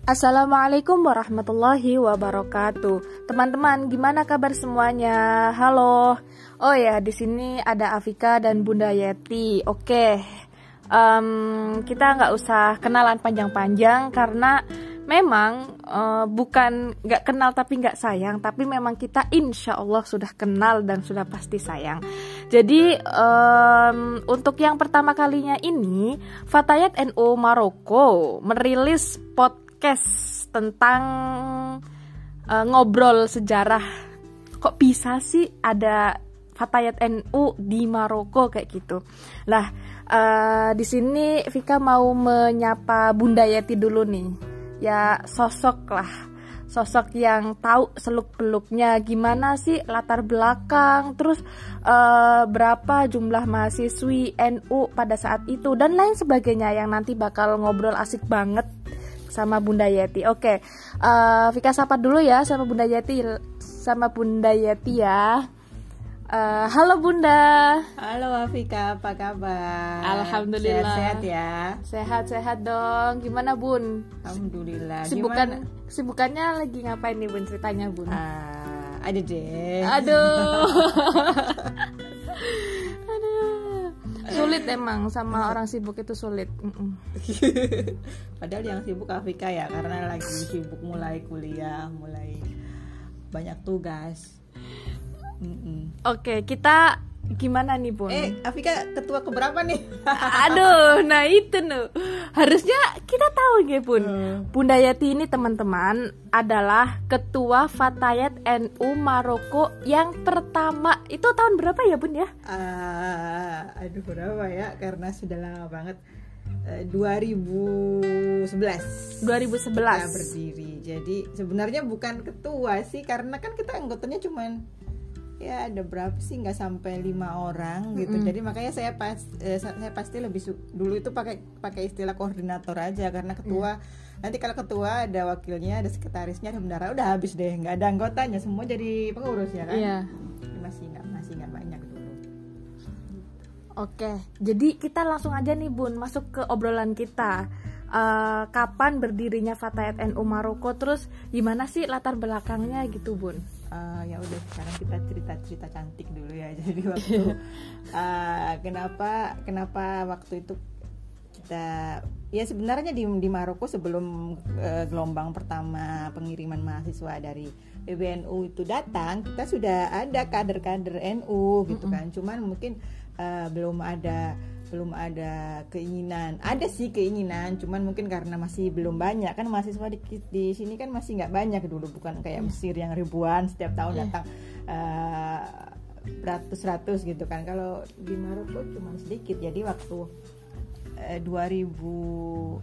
Assalamualaikum warahmatullahi wabarakatuh. Teman-teman, gimana kabar semuanya? Halo. Oh ya, di sini ada Afika dan Bunda Yeti. Oke. Kita nggak usah kenalan panjang-panjang karena memang bukan nggak kenal tapi nggak sayang, tapi memang kita insya Allah sudah kenal dan sudah pasti sayang. Jadi untuk yang pertama kalinya ini, Fatayat NU Maroko merilis podcast tentang ngobrol sejarah. Kok bisa sih ada Fatayat NU di Maroko kayak gitu? Lah, di sini Vika mau menyapa Bunda Yeti dulu nih. Ya sosok yang tahu seluk-beluknya gimana sih latar belakang, terus berapa jumlah mahasiswi NU pada saat itu dan lain sebagainya yang nanti bakal ngobrol asik banget sama Bunda Yeti. Oke, Vika sapa dulu ya sama Bunda Yeti ya. Halo Bunda. Halo Afika, apa kabar? Alhamdulillah. Sehat-sehat ya. Sehat-sehat dong. Gimana Bun? Alhamdulillah. Kesibukannya lagi ngapain nih Bun, ceritanya Bun? Ada deh. Aduh. Sulit emang sama orang sibuk itu sulit. Padahal yang sibuk Afika ya, karena lagi sibuk mulai kuliah, mulai banyak tugas. Oke, kita gimana nih Bun? Afika ketua keberapa nih? Aduh, nah itu nih. Harusnya kita tahu ya Bun. Bunda Yeti ini teman-teman adalah ketua Fatayat NU Maroko yang pertama. Itu tahun berapa ya Bun ya? Aduh berapa ya? Karena sudah lama banget. 2011 kita berdiri. Jadi sebenarnya bukan ketua sih, karena kan kita anggotanya cuman ya ada berapa sih, nggak sampai 5 orang gitu. Jadi makanya saya pasti lebih dulu itu pakai istilah koordinator aja, karena ketua nanti kalau ketua ada wakilnya, ada sekretarisnya, ada bendara, udah habis deh, nggak ada anggotanya, semua jadi pengurus ya kan. Masih nggak banyak dulu. Oke, jadi kita langsung aja nih Bun masuk ke obrolan kita. Kapan berdirinya Fatayat NU Maroko, terus gimana sih latar belakangnya gitu Bun? Ya udah, sekarang kita cerita cantik dulu ya. Jadi waktu kenapa waktu itu kita ya sebenarnya di Maroko sebelum gelombang pertama pengiriman mahasiswa dari PBNU itu datang, kita sudah ada kader-kader NU gitu kan. Cuman mungkin belum ada keinginan. Ada sih keinginan, cuman mungkin karena masih belum banyak kan mahasiswa di sini kan masih nggak banyak dulu, bukan kayak Mesir yang ribuan setiap tahun datang beratus-ratus gitu kan. Kalau di Maroko cuma sedikit. Jadi waktu 2009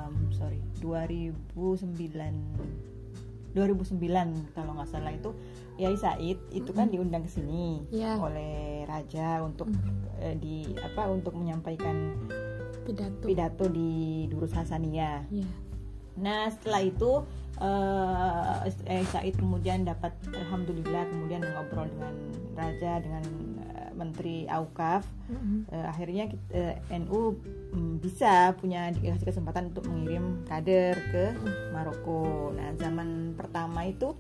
kalau nggak salah itu Yai Said itu kan diundang ke sini oleh raja untuk untuk menyampaikan pidato di Durus Hasaniyah. Nah setelah itu Said kemudian dapat, alhamdulillah, kemudian ngobrol dengan raja, dengan Menteri Aukaf. Akhirnya NU bisa dikasih kesempatan untuk mengirim kader ke Maroko. Nah zaman pertama itu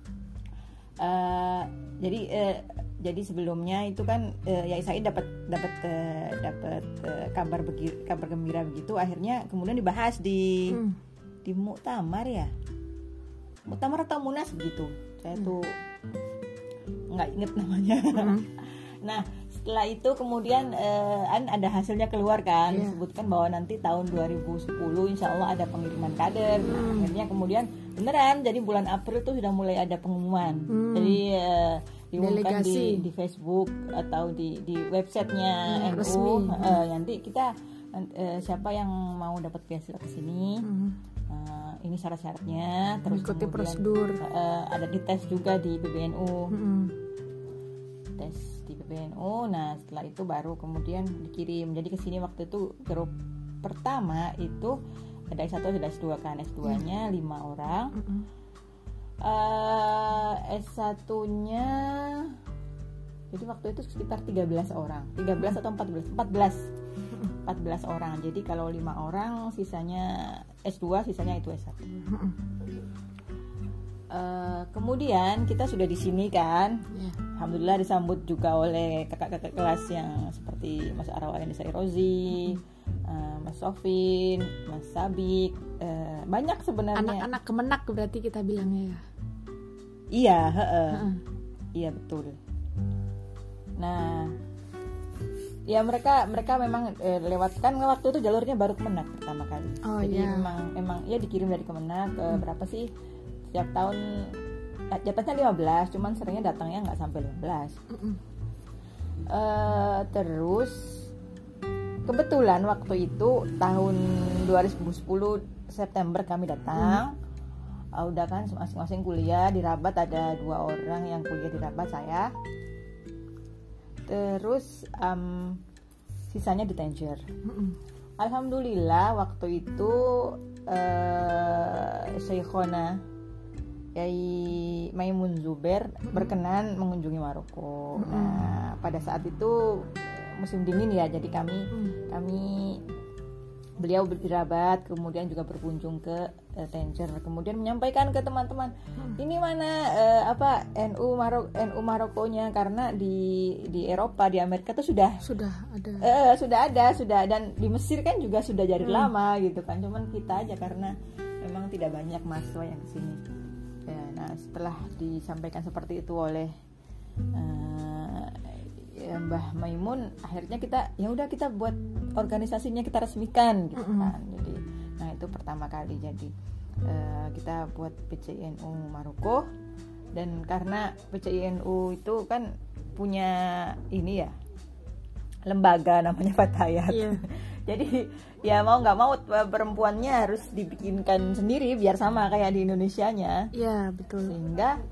jadi sebelumnya itu kan Yai Said dapat kabar gembira begitu. Akhirnya kemudian dibahas di muktamar atau munas begitu, saya tuh nggak inget namanya. Nah setelah itu kemudian ada hasilnya keluar kan, disebutkan bahwa nanti tahun 2010 insya Allah ada pengiriman kader. Nah, akhirnya kemudian beneran, jadi bulan April tuh sudah mulai ada pengumuman. Jadi diumumkan di Facebook atau di websitenya NU. Nanti kita siapa yang mau dapat beasiswa ke sini, ini syarat-syaratnya, terus mengikuti kemudian prosedur. Ada dites juga di PBNU. Tes di PBNU. Nah setelah itu baru kemudian dikirim. Jadi kesini waktu itu grup pertama itu ada S1 ada S2 kan. S2-nya 5 orang. S1-nya jadi waktu itu sekitar 13 orang. 13 atau 14 orang. Jadi kalau 5 orang sisanya S2, sisanya itu S1. Kemudian kita sudah di sini kan, alhamdulillah disambut juga oleh kakak-kakak kelas yang seperti Mas Arawa Nisa Rozi, Mas Sofin, Mas Sabik, banyak sebenarnya. Anak-anak Kemenak berarti kita bilangnya ya. Iya, iya betul. Nah, ya mereka memang lewat kan waktu itu jalurnya baru Kemenak pertama kali. Jadi memang ya dikirim dari Kemenak berapa sih? Setiap tahun jatahnya 15, cuman seringnya datangnya nggak sampai 15. Terus kebetulan waktu itu tahun 2010 September kami datang. Udah kan masing-masing kuliah di Rabat, ada 2 orang yang kuliah di Rabat, saya. Terus sisanya di Tanger. Alhamdulillah waktu itu Syekhona Yai Maimun Zubair berkenan mengunjungi Maroko. Nah, pada saat itu musim dingin ya, jadi kami beliau di Rabat, kemudian juga berkunjung ke Tanger, kemudian menyampaikan ke teman-teman, ini mana NU Marokonya, karena di Eropa, di Amerika tuh sudah ada, dan di Mesir kan juga sudah dari lama gitu kan, cuman kita aja karena memang tidak banyak mahasiswa yang kesini. Ya, nah setelah disampaikan seperti itu oleh Mbah Maimun, akhirnya kita buat organisasinya, kita resmikan gitu kan. Jadi nah itu pertama kali, jadi kita buat PCI NU Maroko. Dan karena PCI NU itu kan punya ini ya, lembaga namanya Fatayat. Jadi ya mau nggak mau perempuannya harus dibikinkan sendiri biar sama kayak di Indonesianya. Iya betul. Sehingga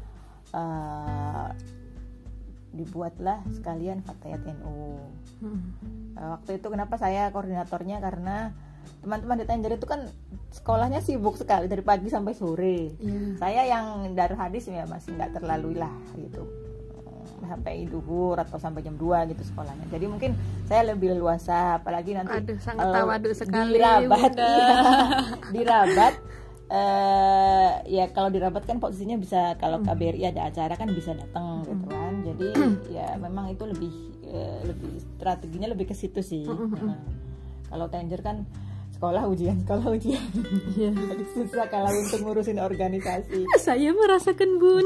dibuatlah sekalian Fatayat NU. Waktu itu kenapa saya koordinatornya, karena teman-teman di Tanger itu kan sekolahnya sibuk sekali dari pagi sampai sore. Saya yang Darul Hadis ya masih nggak terlalu lah gitu, sampai duhur atau sampai jam 2 gitu sekolahnya. Jadi mungkin saya lebih leluasa, apalagi nanti sangat tawadu sekali di Rabat. Ya kalau di Rabat kan posisinya bisa, kalau KBRI ada acara kan bisa datang gitu kan. Jadi ya memang itu lebih strateginya lebih ke situ sih. Kalau Tanger kan sekolah ujian. Jadi susah kalau untuk ngurusin organisasi. Saya merasakan Bun.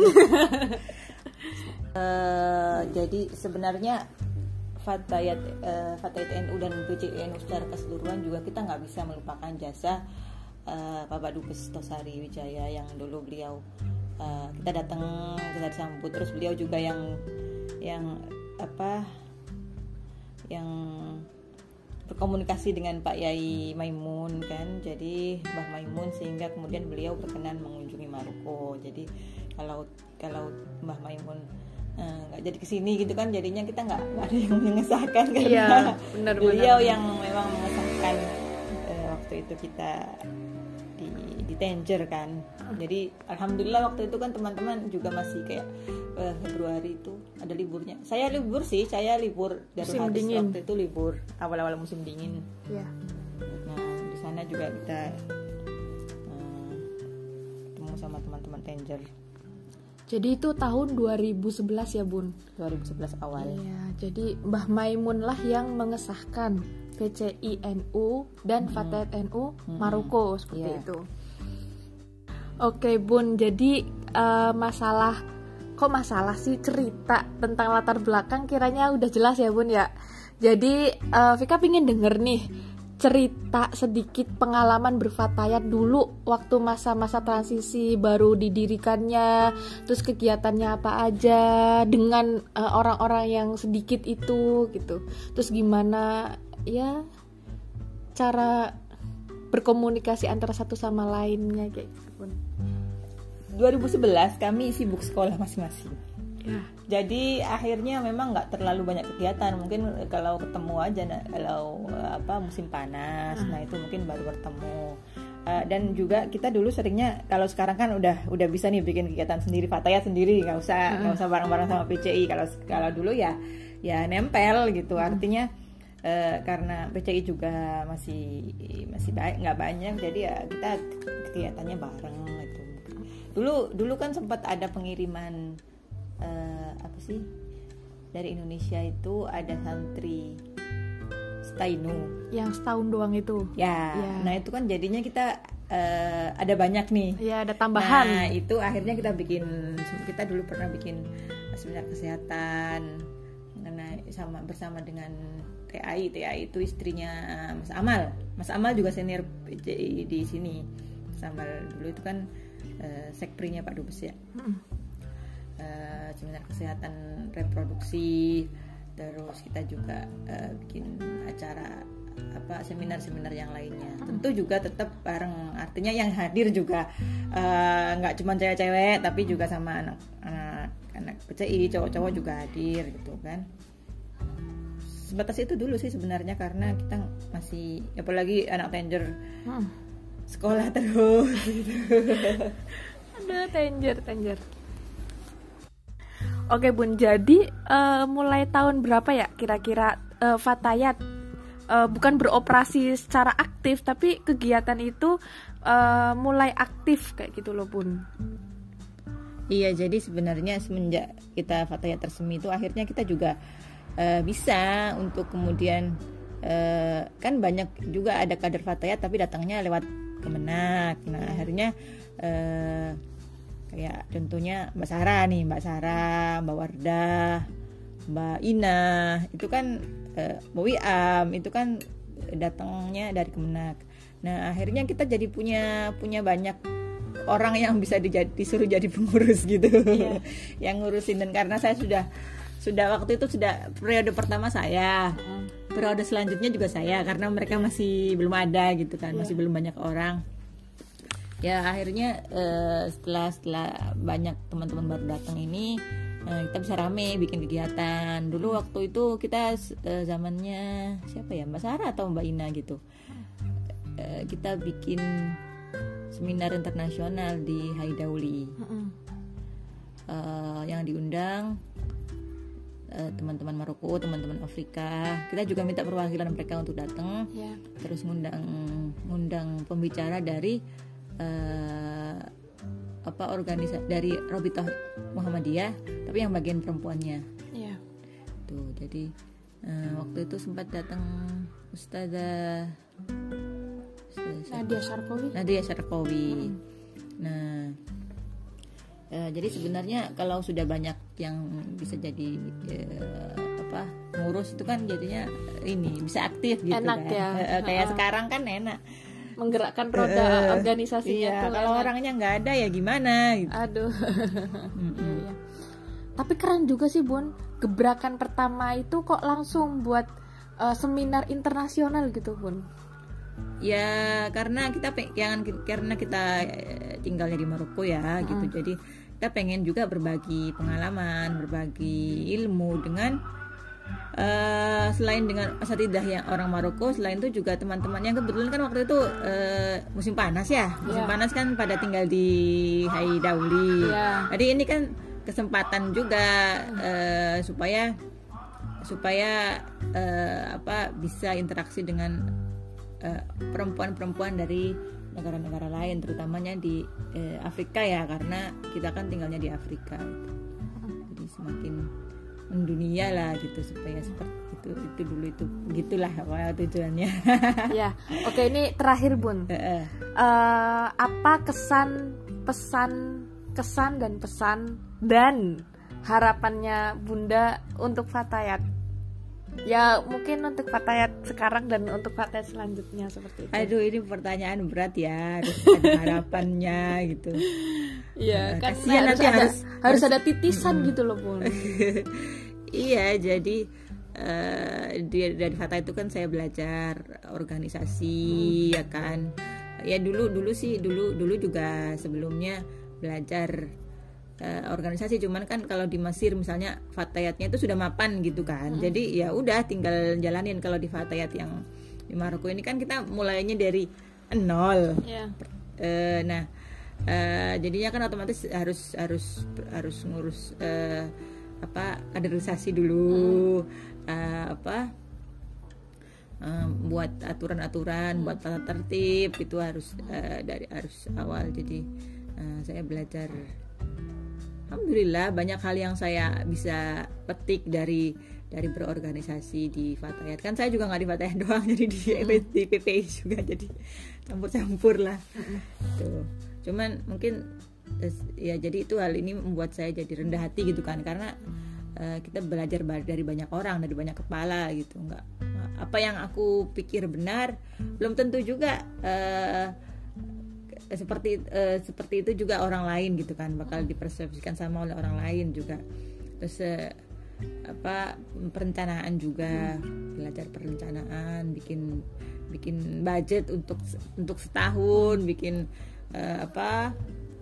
Jadi sebenarnya Fatayat NU dan PCI NU secara keseluruhan juga kita nggak bisa melupakan jasa Bapak Dubes Tosari Wijaya, yang dulu beliau kita datang, kita disambut, terus beliau juga yang berkomunikasi dengan Pak Yai Maimun kan, jadi Mbah Maimun, sehingga kemudian beliau berkenan mengunjungi Maroko. Jadi kalau Mbah Maimun nggak jadi kesini gitu kan, jadinya kita nggak ada yang mengesahkan, karena beliau yang memang mengesahkan waktu itu kita di Tanger kan. Jadi alhamdulillah waktu itu kan teman-teman juga masih kayak Februari itu ada liburnya. Saya libur Darul Hadis waktu itu libur awal-awal musim dingin. Nah di sana juga kita ketemu sama teman-teman Tanger. Jadi itu tahun 2011 ya Bun? 2011 awal. Iya, jadi Mbah Maimun lah yang mengesahkan PCI NU dan Fatayat NU Maroko seperti itu. Oke Bun, jadi masalah sih, cerita tentang latar belakang kiranya udah jelas ya Bun ya. Jadi Vika pingin denger nih cerita sedikit pengalaman berfatayat dulu waktu masa-masa transisi baru didirikannya, terus kegiatannya apa aja dengan orang-orang yang sedikit itu gitu. Terus gimana ya cara berkomunikasi antara satu sama lainnya kayak gitu Bun. 2011 kami sibuk sekolah masing-masing. Jadi akhirnya memang nggak terlalu banyak kegiatan. Mungkin kalau ketemu aja, kalau musim panas, nah itu mungkin baru bertemu. Dan juga kita dulu seringnya, kalau sekarang kan udah bisa nih bikin kegiatan sendiri, Fatayat sendiri, nggak usah bareng-bareng sama PCI. Kalau dulu ya nempel gitu. Artinya karena PCI juga masih baik, nggak banyak, jadi ya kita kegiatannya bareng gitu. Dulu kan sempat ada pengiriman apa sih dari Indonesia, itu ada santri Stainu yang setahun doang itu ya. Nah itu kan jadinya kita ada banyak nih ya, ada tambahan. Nah itu akhirnya kita dulu pernah bikin seminar kesehatan bersama dengan TAI itu istrinya Mas Amal juga senior PCI di sini. Mas Amal dulu itu kan sekprinya Pak Dubes ya. Seminar kesehatan reproduksi, terus kita juga bikin acara seminar-seminar yang lainnya. Tentu juga tetap bareng, artinya yang hadir juga nggak cuma cewek-cewek, tapi juga sama anak PCI, cowok-cowok juga hadir gitu kan. Sebatas itu dulu sih sebenarnya, karena kita masih, apalagi anak Tanger sekolah terus gitu. Ada Tanger. Oke Bun, jadi mulai tahun berapa ya kira-kira Fatayat bukan beroperasi secara aktif, tapi kegiatan itu mulai aktif kayak gitu loh Bun? Iya, jadi sebenarnya semenjak kita Fatayat Tersemi itu akhirnya kita juga bisa untuk kemudian kan banyak juga ada kader Fatayat tapi datangnya lewat Kemenak. Nah akhirnya kayak contohnya Mbak Sarah, Mbak Wardah, Mbak Ina, itu kan Mbak Wiam, itu kan datangnya dari Kemenak. Nah akhirnya kita jadi punya banyak orang yang bisa disuruh jadi pengurus gitu, yang ngurusin. Dan karena saya sudah waktu itu sudah periode pertama saya, periode selanjutnya juga saya, karena mereka masih belum ada gitu kan, masih belum banyak orang. Ya akhirnya setelah banyak teman-teman baru datang ini, kita bisa rame bikin kegiatan. Dulu waktu itu kita zamannya siapa ya, Mbak Sarah atau Mbak Ina gitu, kita bikin seminar internasional di Haidauli, yang diundang teman-teman Maroko, teman-teman Afrika. Kita juga minta perwakilan mereka untuk datang, terus ngundang pembicara dari organisasi dari Robitoh Muhammadiyah, tapi yang bagian perempuannya. Tuh, jadi waktu itu sempat datang Ustazah Nadia Syarkowi. Nah, jadi sebenarnya kalau sudah banyak yang bisa jadi ngurus itu kan jadinya ini bisa aktif gitu. Enak kan. Ya. Kayak sekarang kan enak. Menggerakkan roda organisasinya. Iya, kalau orangnya nggak ada ya gimana gitu. Aduh. Iya. Tapi keren juga sih Bun, gebrakan pertama itu kok langsung buat seminar internasional gitu Bun. Ya karena kita tinggalnya di Maroko ya gitu, jadi kita pengen juga berbagi pengalaman, berbagi ilmu dengan selain dengan asatidah yang orang Maroko, selain itu juga teman-teman yang kebetulan kan waktu itu musim panas panas kan pada tinggal di Haidauli. Jadi ini kan kesempatan juga supaya bisa interaksi dengan perempuan-perempuan dari negara-negara lain, terutamanya di Afrika ya, karena kita kan tinggalnya di Afrika gitu. Jadi semakin mendunia lah gitu, supaya seperti itu dulu itu begitulah tujuannya. Ya, oke, ini terakhir Bun. Apa kesan dan harapannya Bunda untuk Fatayat? Ya mungkin untuk Fatayat sekarang dan untuk Fatayat selanjutnya seperti itu. Aduh, ini pertanyaan berat ya, harus ada harapannya gitu. Iya, kan harus ada titisan gitu loh Bun. Iya, jadi dari Fatayat itu kan saya belajar organisasi ya kan. Ya dulu juga sebelumnya belajar organisasi, cuman kan kalau di Mesir misalnya Fatayatnya itu sudah mapan gitu kan, jadi ya udah tinggal jalanin. Kalau di Fatayat yang di Maroko ini kan kita mulainya dari nol. Jadinya kan otomatis harus ngurus kaderisasi dulu, buat aturan-aturan, buat tata tertib itu harus harus awal. Jadi saya belajar, alhamdulillah banyak hal yang saya bisa petik dari berorganisasi di Fatayat. Kan saya juga nggak di Fatayat doang, jadi di PPI juga, jadi campur-campur lah. Tuh. Cuman mungkin ya jadi itu hal ini membuat saya jadi rendah hati gitu kan, karena kita belajar dari banyak orang, dari banyak kepala gitu. Nggak, apa yang aku pikir benar belum tentu juga seperti itu juga orang lain gitu kan, bakal dipersepsikan sama oleh orang lain juga. Terus perencanaan juga, belajar perencanaan, bikin budget untuk setahun, bikin apa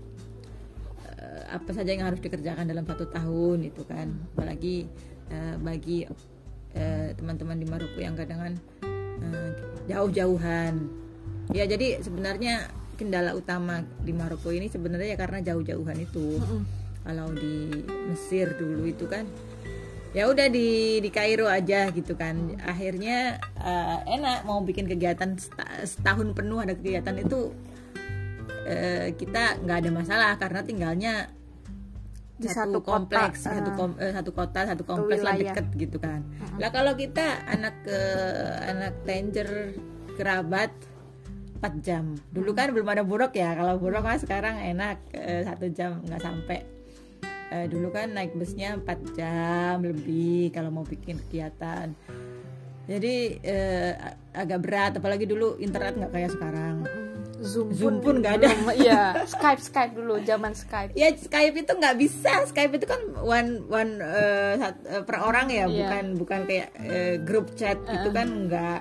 saja yang harus dikerjakan dalam 1 tahun itu kan. Apalagi bagi teman-teman di Maroko yang kadang jauh-jauhan ya, jadi sebenarnya kendala utama di Maroko ini sebenarnya ya karena jauh-jauhan itu. Kalau di Mesir dulu itu kan ya udah di Kairo aja gitu kan, akhirnya enak mau bikin kegiatan setahun penuh ada kegiatan itu, kita nggak ada masalah karena tinggalnya di satu kompleks, satu kota, satu kompleks lah, deket gitu kan. Lah kalau kita anak danger kerabat 4 jam. Dulu kan belum ada buruk ya, kalau buruk kan sekarang enak 1 jam nggak sampai. Dulu kan naik busnya 4 jam lebih kalau mau bikin kegiatan. Jadi agak berat, apalagi dulu internet nggak kayak sekarang. Zoom pun nggak ada. Iya, Skype dulu, zaman Skype. Ya Skype itu nggak bisa. Skype itu kan one per orang ya, bukan kayak grup chat gitu kan, nggak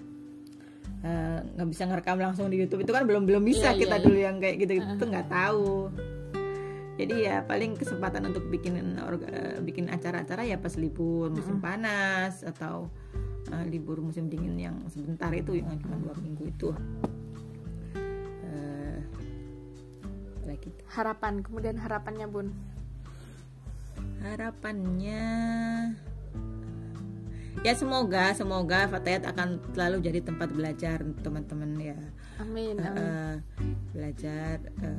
bisa ngerekam langsung di YouTube. Itu kan belum bisa kita dulu yang kayak gitu itu nggak tahu. Jadi ya paling kesempatan untuk bikin acara-acara ya pas libur musim panas atau libur musim dingin yang sebentar itu, yang cuma 2 minggu itu. Gitu. Kemudian harapannya Bun? Harapannya ya semoga Fatayat akan selalu jadi tempat belajar untuk teman-teman ya. Amin. Belajar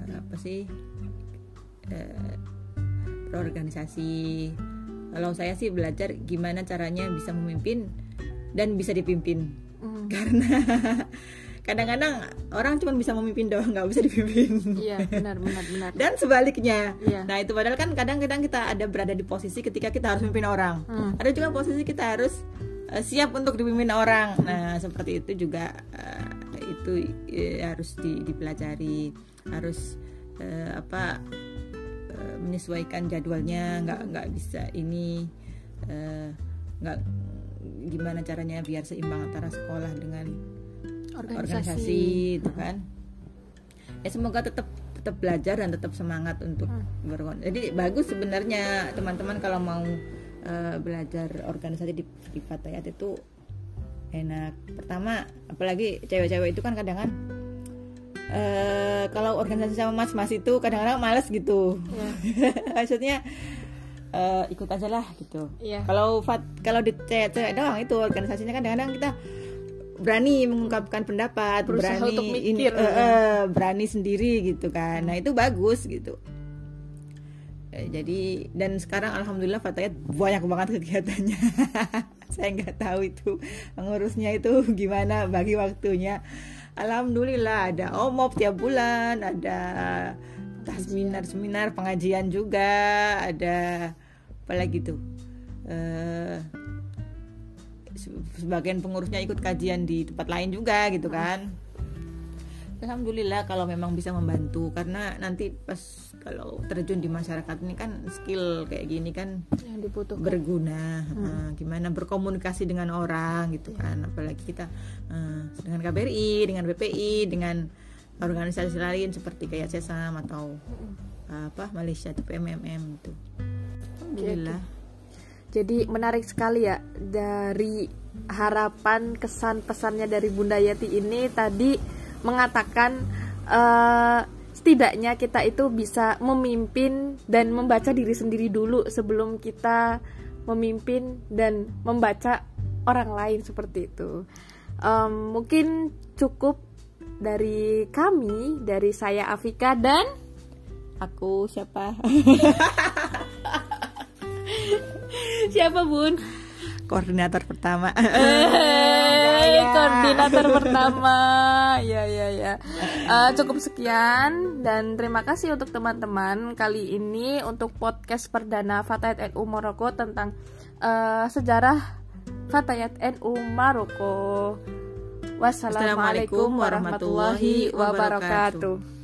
berorganisasi. Kalau saya sih belajar gimana caranya bisa memimpin dan bisa dipimpin. Karena kadang-kadang orang cuma bisa memimpin doang, nggak bisa dipimpin. Iya, benar. Dan sebaliknya. Iya. Nah itu padahal kan kadang-kadang kita berada di posisi ketika kita harus memimpin orang. Ada juga posisi kita harus siap untuk dipimpin orang. Nah seperti itu juga itu harus dipelajari, harus menyesuaikan jadwalnya, nggak bisa ini nggak gimana caranya biar seimbang antara sekolah dengan organisasi itu kan. Ya semoga tetap belajar dan tetap semangat untuk jadi bagus sebenarnya teman-teman kalau mau belajar organisasi di Fatayat itu enak. Pertama apalagi cewek-cewek itu kan kadang-kadang kalau organisasi sama mas-mas itu kadang-kadang males gitu. Maksudnya ikut aja lah gitu. Kalau di cewek doang itu organisasinya kadang-kadang kita berani mengungkapkan pendapat, berusaha berani untuk mikir, berani sendiri gitu kan. Nah itu bagus gitu. Jadi dan sekarang alhamdulillah Fatayat banyak banget kegiatannya. Saya nggak tahu itu pengurusnya itu gimana bagi waktunya. Alhamdulillah ada OMOP tiap bulan, ada seminar pengajian juga, ada apalagi tuh. Sebagian pengurusnya ikut kajian di tempat lain juga gitu kan. Alhamdulillah kalau memang bisa membantu, karena nanti pas kalau terjun di masyarakat ini kan skill kayak gini kan yang dibutuhkan, berguna. Gimana berkomunikasi dengan orang gitu kan, apalagi kita dengan KBRI, dengan BPI, dengan organisasi lain seperti kayak SESAM atau Malaysia atau PMMM itu. Alhamdulillah. Jadi menarik sekali ya, dari harapan kesan pesannya dari Bunda Yeti ini tadi mengatakan setidaknya kita itu bisa memimpin dan membaca diri sendiri dulu sebelum kita memimpin dan membaca orang lain, seperti itu. Mungkin cukup dari kami, dari saya Afika dan Aku siapa? siapa Bun? Koordinator pertama. Koordinator pertama. Ya. Cukup sekian dan terima kasih untuk teman-teman kali ini untuk podcast perdana Fatayat NU Maroko tentang sejarah Fatayat NU Maroko. Wassalamualaikum warahmatullahi wabarakatuh.